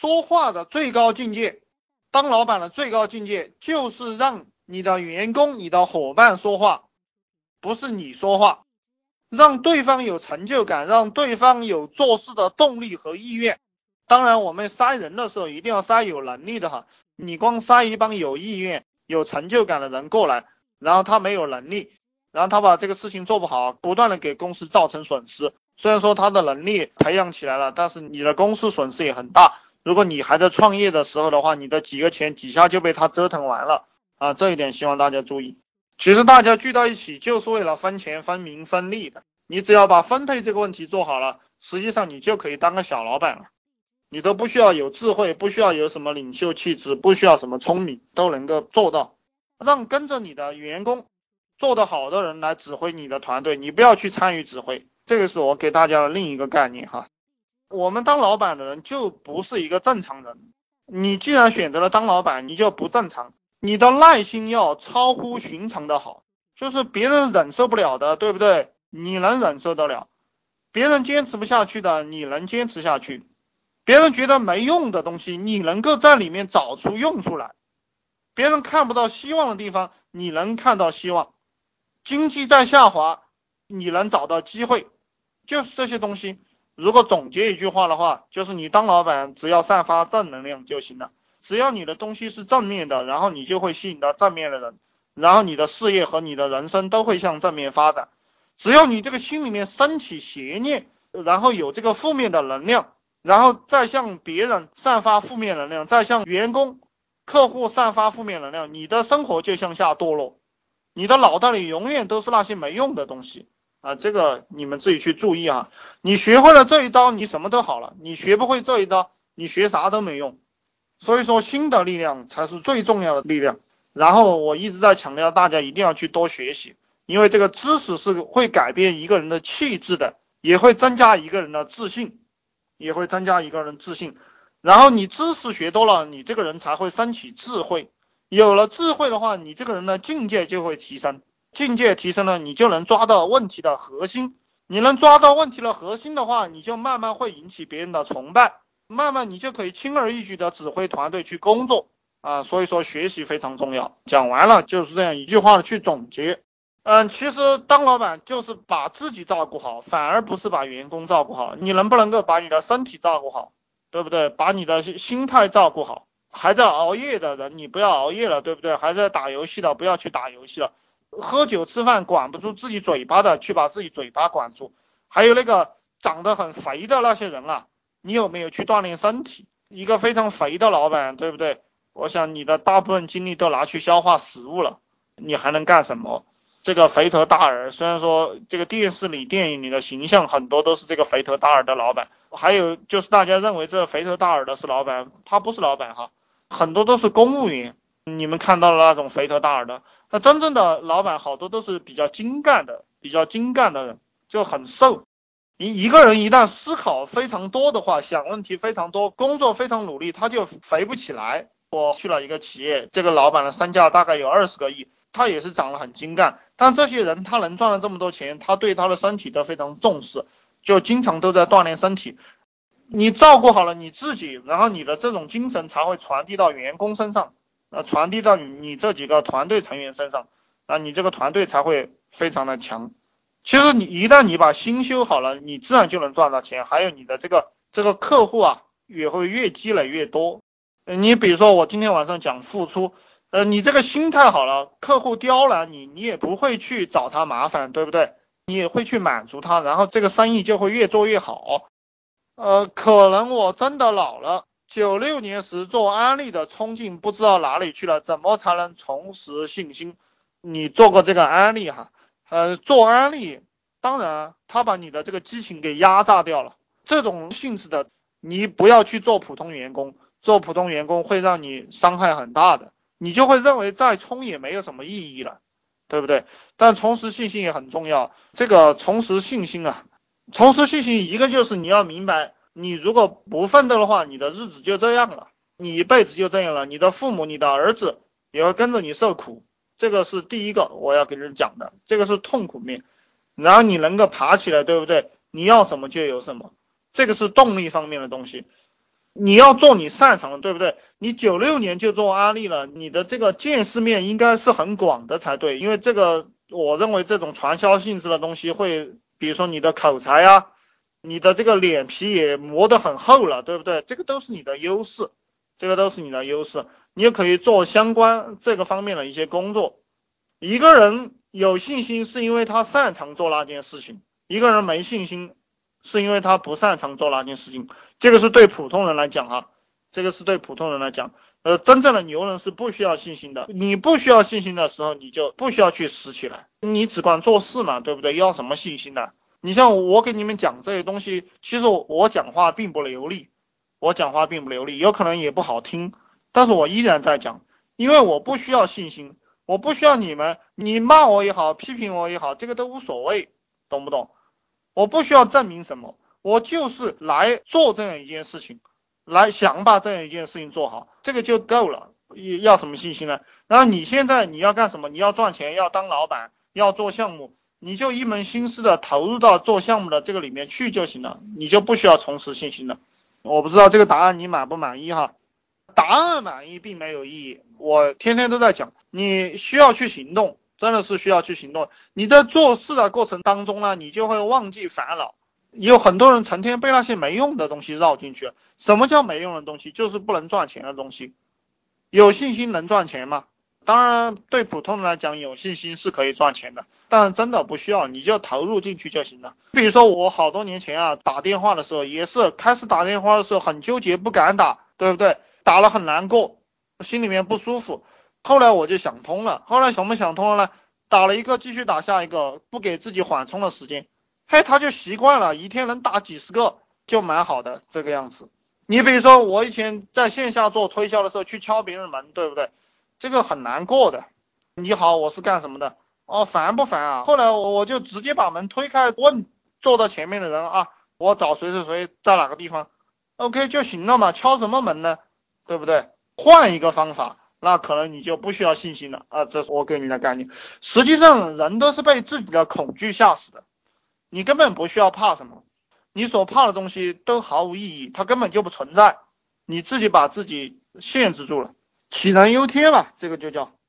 说话的最高境界，当老板的最高境界就是让你的员工、你的伙伴说话，不是你说话，让对方有成就感，让对方有做事的动力和意愿。当然我们筛人的时候一定要筛有能力的哈，你光筛一帮有意愿、有成就感的人过来，然后他没有能力，然后他把这个事情做不好，不断的给公司造成损失。虽然说他的能力培养起来了，但是你的公司损失也很大。如果你还在创业的时候的话，你的几个钱几下就被他折腾完了啊，这一点希望大家注意。其实大家聚到一起就是为了分钱、分名、分利的，你只要把分配这个问题做好了，实际上你就可以当个小老板了。你都不需要有智慧，不需要有什么领袖气质，不需要什么聪明，都能够做到。让跟着你的员工做得好的人来指挥你的团队，你不要去参与指挥。这个是我给大家的另一个概念哈。我们当老板的人就不是一个正常人，你既然选择了当老板，你就不正常。你的耐心要超乎寻常的好，就是别人忍受不了的，对不对？你能忍受得了，别人坚持不下去的，你能坚持下去。别人觉得没用的东西，你能够在里面找出用出来。别人看不到希望的地方，你能看到希望。经济在下滑，你能找到机会，就是这些东西。如果总结一句话的话，就是你当老板只要散发正能量就行了。只要你的东西是正面的，然后你就会吸引到正面的人，然后你的事业和你的人生都会向正面发展。只要你这个心里面升起邪念，然后有这个负面的能量，然后再向别人散发负面能量，再向员工、客户散发负面能量，你的生活就向下堕落，你的脑袋里永远都是那些没用的东西啊！这个你们自己去注意啊！你学会了这一招，你什么都好了；你学不会这一招，你学啥都没用。所以说，心的力量才是最重要的力量。然后我一直在强调，大家一定要去多学习，因为这个知识是会改变一个人的气质的，也会增加一个人的自信。然后你知识学多了，你这个人才会升起智慧。有了智慧的话，你这个人的境界就会提升，境界提升了，你就能抓到问题的核心。你能抓到问题的核心的话，你就慢慢会引起别人的崇拜，慢慢你就可以轻而易举的指挥团队去工作啊。所以说学习非常重要。讲完了就是这样一句话的去总结。其实当老板就是把自己照顾好，反而不是把员工照顾好。你能不能够把你的身体照顾好，对不对？把你的心态照顾好。还在熬夜的人，你不要熬夜了，对不对？还在打游戏的，不要去打游戏了。喝酒吃饭管不住自己嘴巴的，去把自己嘴巴管住。还有那个长得很肥的那些人啊，你有没有去锻炼身体？一个非常肥的老板，对不对？我想你的大部分精力都拿去消化食物了，你还能干什么？这个肥头大耳，虽然说这个电视里、电影里的形象很多都是这个肥头大耳的老板，还有就是大家认为这肥头大耳的是老板，他不是老板哈，很多都是公务员。你们看到了那种肥头大耳的，那真正的老板好多都是比较精干的人，就很瘦。一个人一旦思考非常多的话，想问题非常多，工作非常努力，他就肥不起来。我去了一个企业，这个老板的身价大概有20个亿，他也是长得很精干，但这些人他能赚了这么多钱，他对他的身体都非常重视，就经常都在锻炼身体。你照顾好了你自己，然后你的这种精神才会传递到员工身上，传递到你这几个团队成员身上，你这个团队才会非常的强。其实你一旦你把心修好了，你自然就能赚到钱，还有你的这个客户啊，也会越积累越多。你比如说我今天晚上讲付出，你这个心态好了，客户刁难你，你也不会去找他麻烦，对不对？你也会去满足他，然后这个生意就会越做越好。可能我真的老了，96年时做安利的冲劲不知道哪里去了，怎么才能重拾信心？你做过这个安利哈？做安利，当然他把你的这个激情给压榨掉了。这种性质的，你不要去做普通员工，做普通员工会让你伤害很大的，你就会认为再冲也没有什么意义了，对不对？但重拾信心也很重要。这个重拾信心啊，重拾信心一个就是你要明白，你如果不奋斗的话，你的日子就这样了，你一辈子就这样了，你的父母、你的儿子也会跟着你受苦。这个是第一个我要跟人讲的，这个是痛苦面。然后你能够爬起来，对不对？你要什么就有什么，这个是动力方面的东西。 你要做你擅长的，对不对？你96年就做安利了，你的这个见识面应该是很广的才对，因为这个我认为这种传销性质的东西会，比如说你的口才啊，你的这个脸皮也磨得很厚了，对不对？这个都是你的优势，这个都是你的优势，你也可以做相关这个方面的一些工作。一个人有信心是因为他擅长做那件事情，一个人没信心是因为他不擅长做那件事情。这个是对普通人来讲啊，这个是对普通人来讲。真正的牛人是不需要信心的。你不需要信心的时候，你就不需要去死起来，你只管做事嘛，对不对？要什么信心呢？你像我给你们讲这些东西，其实我讲话并不流利，我讲话并不流利，有可能也不好听，但是我依然在讲，因为我不需要信心，我不需要你们，你骂我也好，批评我也好，这个都无所谓，懂不懂？我不需要证明什么，我就是来做这样一件事情，来想把这样一件事情做好，这个就够了。要什么信心呢？然后你现在你要干什么？你要赚钱，要当老板，要做项目，你就一门心思的投入到做项目的这个里面去就行了，你就不需要重拾信心了。我不知道这个答案你满不满意哈？答案满意并没有意义，我天天都在讲，你需要去行动，真的是需要去行动。你在做事的过程当中呢，你就会忘记烦恼。有很多人成天被那些没用的东西绕进去。什么叫没用的东西？就是不能赚钱的东西。有信心能赚钱吗？当然，对普通人来讲，有信心是可以赚钱的，但真的不需要，你就投入进去就行了。比如说我好多年前啊，打电话的时候也是，开始打电话的时候很纠结，不敢打，对不对？打了很难过，心里面不舒服。后来我就想通了，后来怎么想通了呢？打了一个继续打下一个，不给自己缓冲的时间，嘿，他就习惯了，一天能打几十个就蛮好的这个样子。你比如说我以前在线下做推销的时候去敲别人门，对不对？这个很难过的。你好，我是干什么的？哦，烦不烦啊？后来我就直接把门推开，问坐到前面的人啊，我找谁谁谁在哪个地方 ，OK 就行了嘛。敲什么门呢？对不对？换一个方法，那可能你就不需要信心了啊。这是我给你的概念。实际上人都是被自己的恐惧吓死的，你根本不需要怕什么，你所怕的东西都毫无意义，它根本就不存在，你自己把自己限制住了，杞人忧天嘛，这个就叫。